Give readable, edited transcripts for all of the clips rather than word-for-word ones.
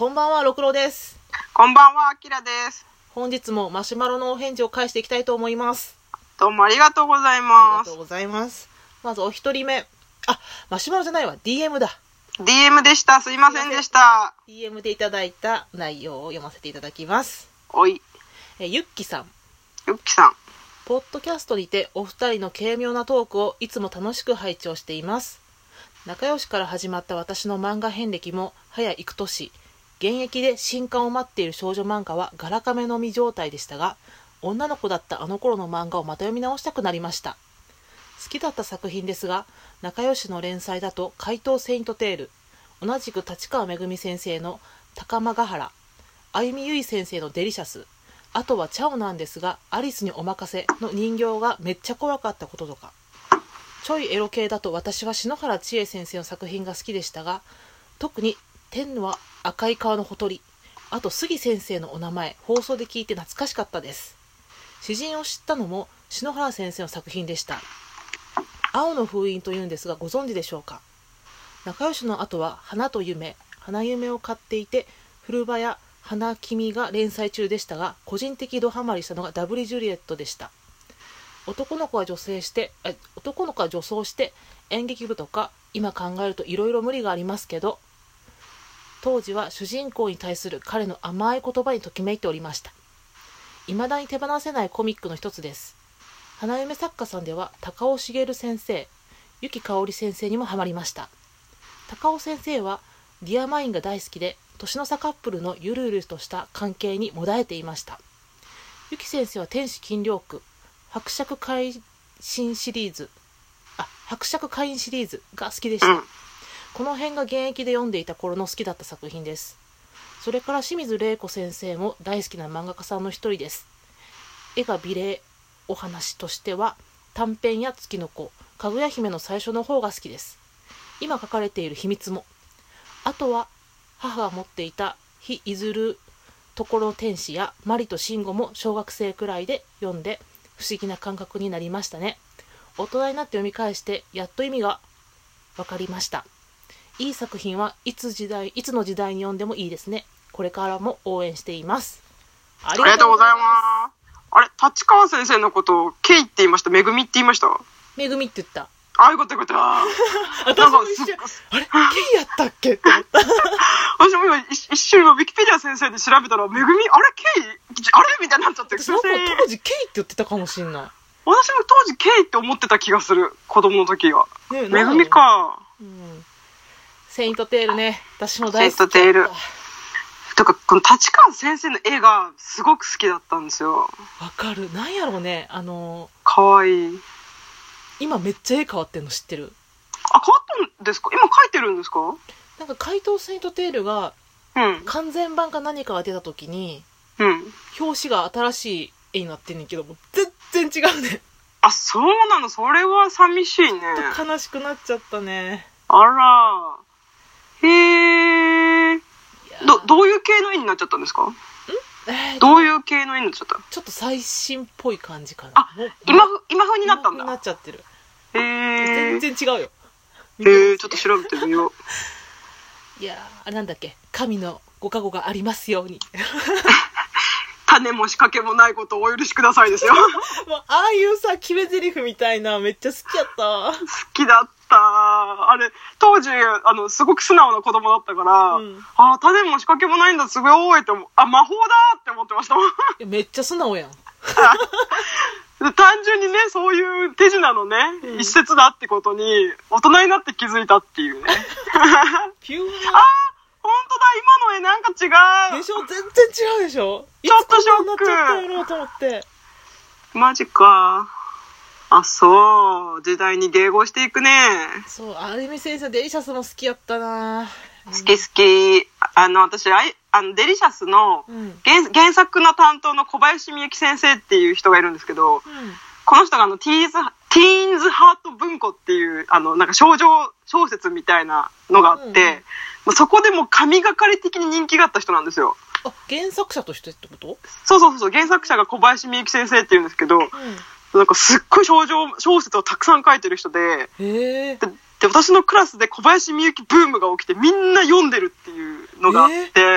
こんばんは、ろくろです。 こんばんは、あきらです。 本日もマシュマロのお返事を返していきたいと思います。 どうもありがとうございます。 ありがとうございます。まずお一人目。マシュマロじゃないわ、DM だ。 DM でした。すいませんでした。 DM でいただいた内容を読ませていただきます。 おい。 ゆっきさん。 ゆっきさん。 ポッドキャストにてお二人の軽妙なトークをいつも楽しく拝聴しています。仲良しから始まった私の漫画遍歴も早幾年、現役で新刊を待っている少女漫画はガラカメのみ状態でしたが、女の子だったあの頃の漫画をまた読み直したくなりました。好きだった作品ですが、仲良しの連載だと怪盗セイントテール、同じく立川めぐみ先生の高間ヶ原、あゆみゆい先生のデリシャス、あとはチャオなんですが、アリスにお任せの人形がめっちゃ怖かったこととか。ちょいエロ系だと私は篠原千恵先生の作品が好きでしたが、特に天は赤い川のほとり、あと杉先生のお名前、放送で聞いて懐かしかったです。詩人を知ったのも篠原先生の作品でした。青の封印というんですが、ご存知でしょうか。仲良しの後は花と夢、花夢を買っていて、古場や花君が連載中でしたが、個人的ドハマりしたのがダブリジュリエットでした。男の子は女装して演劇部とか、今考えるといろいろ無理がありますけど、当時は主人公に対する彼の甘い言葉にときめいておりました。未だに手放せないコミックの一つです。花嫁作家さんでは高尾茂先生、由紀香織先生にもハマりました。高尾先生はディアマインが大好きで、年の差カップルのゆるゆるとした関係にもだえていました。由紀先生は天使金陵区、伯爵会員シリーズが好きでした。この辺が現役で読んでいた頃の好きだった作品です。それから清水玲子先生も大好きな漫画家さんの一人です。絵が美麗、お話としては短編や月の子、かぐや姫の最初の方が好きです。今書かれている秘密も。あとは母が持っていた日いずるところの天使やマリとシンゴも小学生くらいで読んで不思議な感覚になりましたね。大人になって読み返してやっと意味が分かりました。いい作品はいつの時代に読んでもいいですね。これからも応援しています。 ありがとうございます。あれ、立川先生のことをケイって言いました？めぐみって言いました？ めぐみって言った。 よかったよかった。 私も一瞬、あれケイやったっけって思った。 私も今一瞬ウィキペディア先生で調べたら、めぐみ、あれケイあれみたいになっちゃって。 私なんか当時ケイって言ってたかもしんない。 私も当時ケイって思ってた気がする。子供の時は。ね、めぐみか。 セイントテールね。私も大好きだった。 セイントテール。とか、この立川先生の絵がすごく好きだったんですよ。 わかる。なんやろうね。 かわいい。 今めっちゃ絵変わってんの知ってる？ 変わったんですか？今描いてるんですか？ なんか怪盗セイントテールが、完全版か何かが出た時に、表紙が新しい絵になってんねんけど、もう全然違うね。 そうなの？それは寂しいね。 ちょっと悲しくなっちゃったね。 あら。へー。どういう系の絵になっちゃったんですか？どういう系の絵になっちゃった？ ちょっと最新っぽい感じかな。 今風になったんだ。 なっちゃってる。 全然違うよ。 ちょっと調べてみよう。 いやー、なんだっけ、神のご加護がありますように。 種も仕掛けもないことをお許しくださいですよ。 もうああいうさ、決め台詞みたいなめっちゃ好きやった。 好きだった。あれ当時すごく素直な子供だったから、種も仕掛けもないんだ、すごいって魔法だって思ってましたもん。 めっちゃ素直やん。 単純にね、そういう手品のね、一節だってことに大人になって気づいたっていうね。 ピュー。 本当だ、今の絵なんか違うでしょ？全然違うでしょ？ ちょっとショック。 なっちゃったやろうと思って。 マジか。そう、時代に迎合していくね。 そう、有美先生デリシャスも好きやったな。 好き。私デリシャスの原作の担当の小林美幸先生っていう人がいるんですけど、この人がティーンズハート文庫っていうなんか少女小説みたいなのがあって、そこでも神がかり的に人気があった人なんですよ。 原作者としてってこと？ そう。原作者が小林美幸先生っていうんですけど、 なんかすっごい少女小説をたくさん書いてる人で、で私のクラスで小林みゆきブームが起きてみんな読んでるっていうのがあって、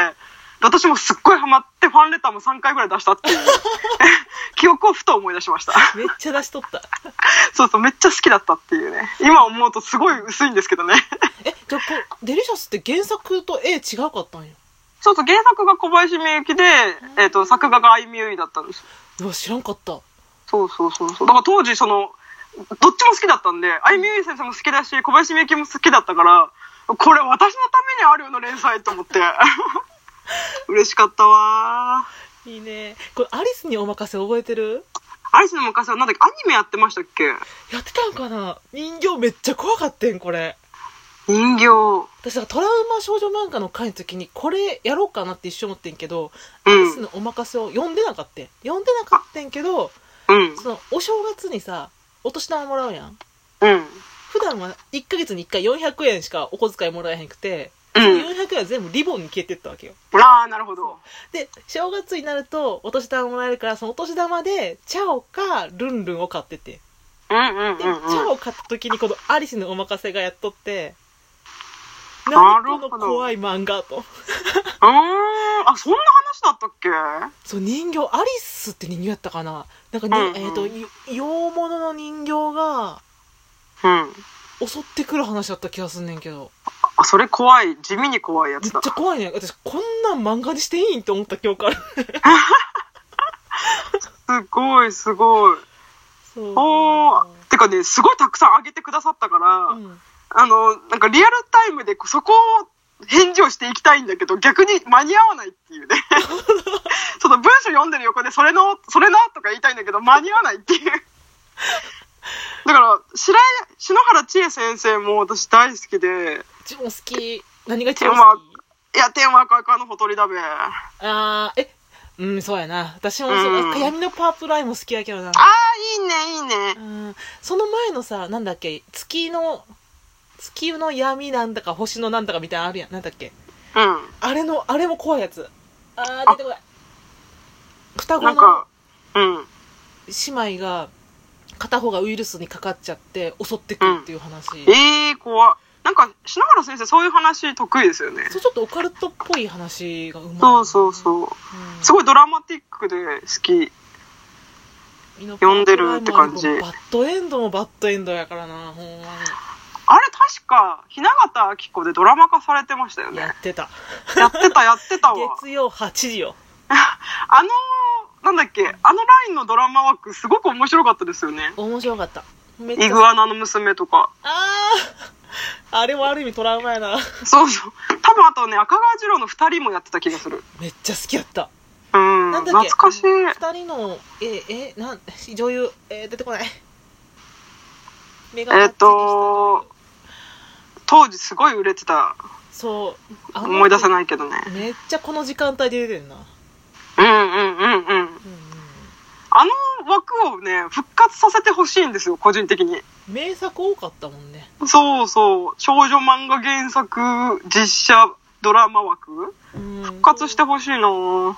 私もすっごいハマってファンレターも3回ぐらい出したっていう記憶をふと思い出しました。 めっちゃ出しとった。 そうそう、めっちゃ好きだったっていうね。今思うとすごい薄いんですけどね。 じゃあデリシャスって原作と絵違かったんや。 そうそう、原作が小林みゆきで、作画が相見優衣だったんです。 うわ、知らんかった。 そう。だから当時どっちも好きだったんで、相見優衣先生も好きだし、小林みゆきも好きだったから、これ私のためにあるよの連載と思って。嬉しかったわー。いいね。これアリスにお任せ覚えてる？ アリスにお任せはなんだっけ、アニメやってましたっけ？ やってたんかな。人形めっちゃ怖かったん、これ。 人形。 私トラウマ少女漫画の回の時にこれやろうかなって一瞬思ってんけど、アリスのお任せを読んでなかったんけど、そのお正月にさ、お年玉もらうやん。普段は1ヶ月に1回400円しかお小遣いもらえへんくて、その400円は全部リボンに消えてったわけよ。 ああ、なるほど。 で、正月になるとお年玉もらえるから、そのお年玉でチャオかルンルンを買ってて。で、チャオを買った時にこのアリスのお任せがやっとって、何この怖い漫画と。 あ、そんな話だったっけ？ そう、人形、アリスって人形やったかな。なんかね、洋物の人形が、襲ってくる話だった気がすんねんけど。 あ、それ怖い。地味に怖いやつだ。 めっちゃ怖いね。私、こんなん漫画にしていいんって思った記憶ある。 すごい。てかね、すごいたくさんあげてくださったから、なんかリアルタイムでそこを返事をしていきたいんだけど、逆に間に合わないっていうね。その文章読んでる横でそれなとか言いたいんだけど、間に合わないっていう。だから、篠原千恵先生も私大好きで。 自分好き。何が一番好き？ いや、天は赤々のほとりだべ。 そうやな。私も闇のパープルアイも好きやけどな。 いいね。 その前のさ、なんだっけ、月の闇なんだか星のなんだかみたいなのあるやん。なんだっけ。あれも怖いやつ。出てこない。双子の姉妹が片方がウイルスにかかっちゃって襲ってくるっていう話。 怖っ。なんか篠原先生そういう話得意ですよね。 そう、ちょっとオカルトっぽい話がうまい。 そう。すごいドラマティックで好き。読んでるって感じ。 バッドエンドもバッドエンドやからな、ほんまに。 あれ確か雛形あき子でドラマ化されてましたよね。 やってたわ。 月曜8時よ。 なんだっけ、ラインのドラマ枠すごく面白かったですよね。 面白かった。 イグアナの娘とか。 あれもある意味トラウマやな。 そう。多分あとね、赤川次郎の2人もやってた気がする。 めっちゃ好きやった。 なんだっけ、懐かしい。 2人の、女優、出てこない。 当時すごい売れてた。 そう。 思い出せないけどね。 めっちゃこの時間帯で出てるな。 あの枠をね、復活させてほしいんですよ、個人的に。 名作多かったもんね。 そう。少女漫画原作、実写ドラマ枠復活してほしいな。好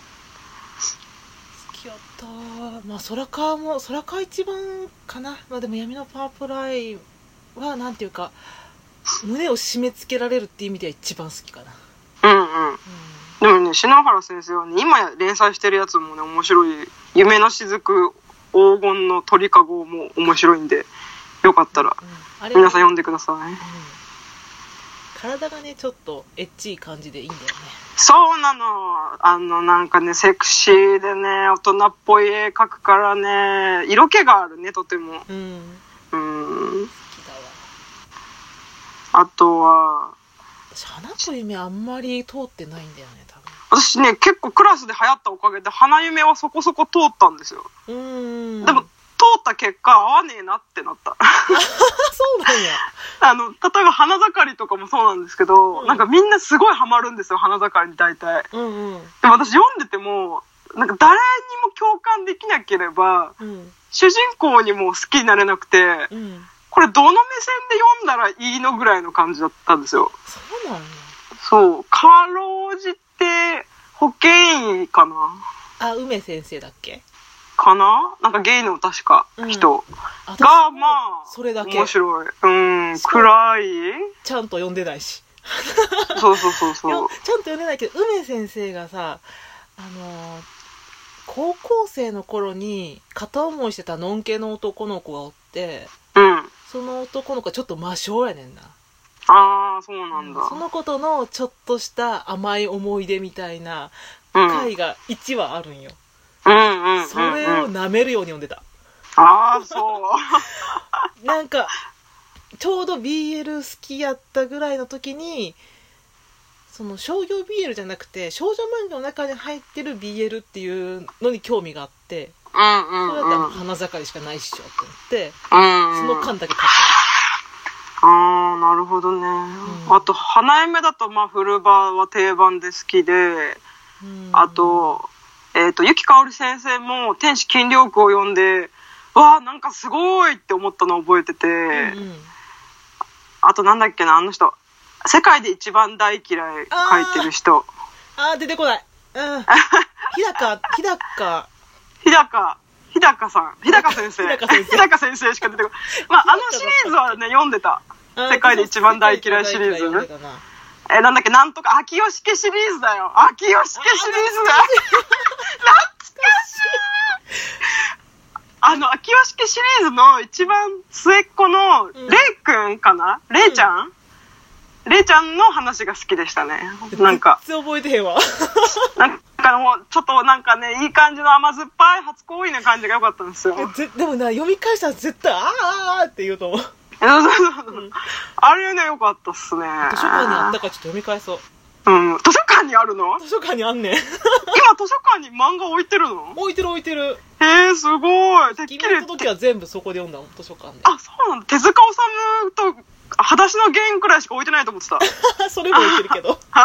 きやった。まあ、空か一番かな。まあでも闇のパープルアイは、なんていうか、胸を締め付けられるっていう意味では一番好きかな。 でもね、篠原先生はね、今連載してるやつもね、面白い。夢の雫、黄金の鳥かごも面白いんで、よかったら、皆さん読んでください。 体がね、ちょっとエッチい感じでいいんだよね。 そうなの。なんかね、セクシーでね、大人っぽい絵描くからね、色気があるね、とても。好きだわ。あとは、 私、花と夢あんまり通ってないんだよね、多分。 私ね、結構クラスで流行ったおかげで、花夢はそこそこ通ったんですよ。でも、通った結果、合わねえなってなった。 そうなんや。 例えば花盛りとかもそうなんですけど、なんかみんなすごいハマるんですよ、花盛りに大体。でも私読んでても、なんか誰にも共感できなければ、主人公にも好きになれなくて、これどの目線で読んだらいいのぐらいの感じだったんですよ。 そうなんや。 そう。かろうじて保健医かな。 梅先生だっけ？ かな、なんかゲイの確か人が、まあ、 それだけ面白い。暗いちゃんと読んでないし。 そうそうそうそう。 ちゃんと読んでないけど、梅先生がさ、高校生の頃に片思いしてたのんけの男の子がおって、その男の子はちょっと魔性やねんな。 ああ、そうなんだ。 その子とのちょっとした甘い思い出みたいな回が1話あるんよ。それを舐めるように読んでた。 ああ、そう。 なんか、ちょうど BL 好きやったぐらいの時に、その商業 BL じゃなくて少女漫画の中に入ってる BL っていうのに興味があって、それだったら花盛りしかないっしょって思って、その間だけ買った。 ああ、なるほどね。あと花嫁だとまあ古場は定番で好きで、あとゆきかおり先生も天使金良句を読んで、わあなんかすごいって思ったのを覚えてて、あとなんだっけな、あの人世界で一番大嫌い書いてる人。 出てこない。日高さん。日高先生。日高先生しか出てこない。まあ、あのシリーズはね、読んでた。世界で一番大嫌いシリーズ。なんだっけ、なんとか、秋吉家シリーズだよ。秋吉家シリーズだ。懐かしい。秋吉家シリーズの一番末っ子の、レイくんかな、レイちゃんの話が好きでしたね。なんか。 全然覚えてへんわ。 なんかもう、ちょっとなんかね、いい感じの甘酸っぱい初恋な感じが良かったんですよ。 でもな、読み返したら絶対、って言うと思う。 あれね、良かったっすね。 図書館にあったからちょっと読み返そう。 図書館にあるの？ 図書館にあんねん。 今図書館に漫画置いてるの？ 置いてる。 すごい。てっきり。 君の時は全部そこで読んだの、図書館で。 あ、そうなんだ。手塚治虫と、裸足の弦くらいしか置いてないと思ってた。 それも置いてるけど。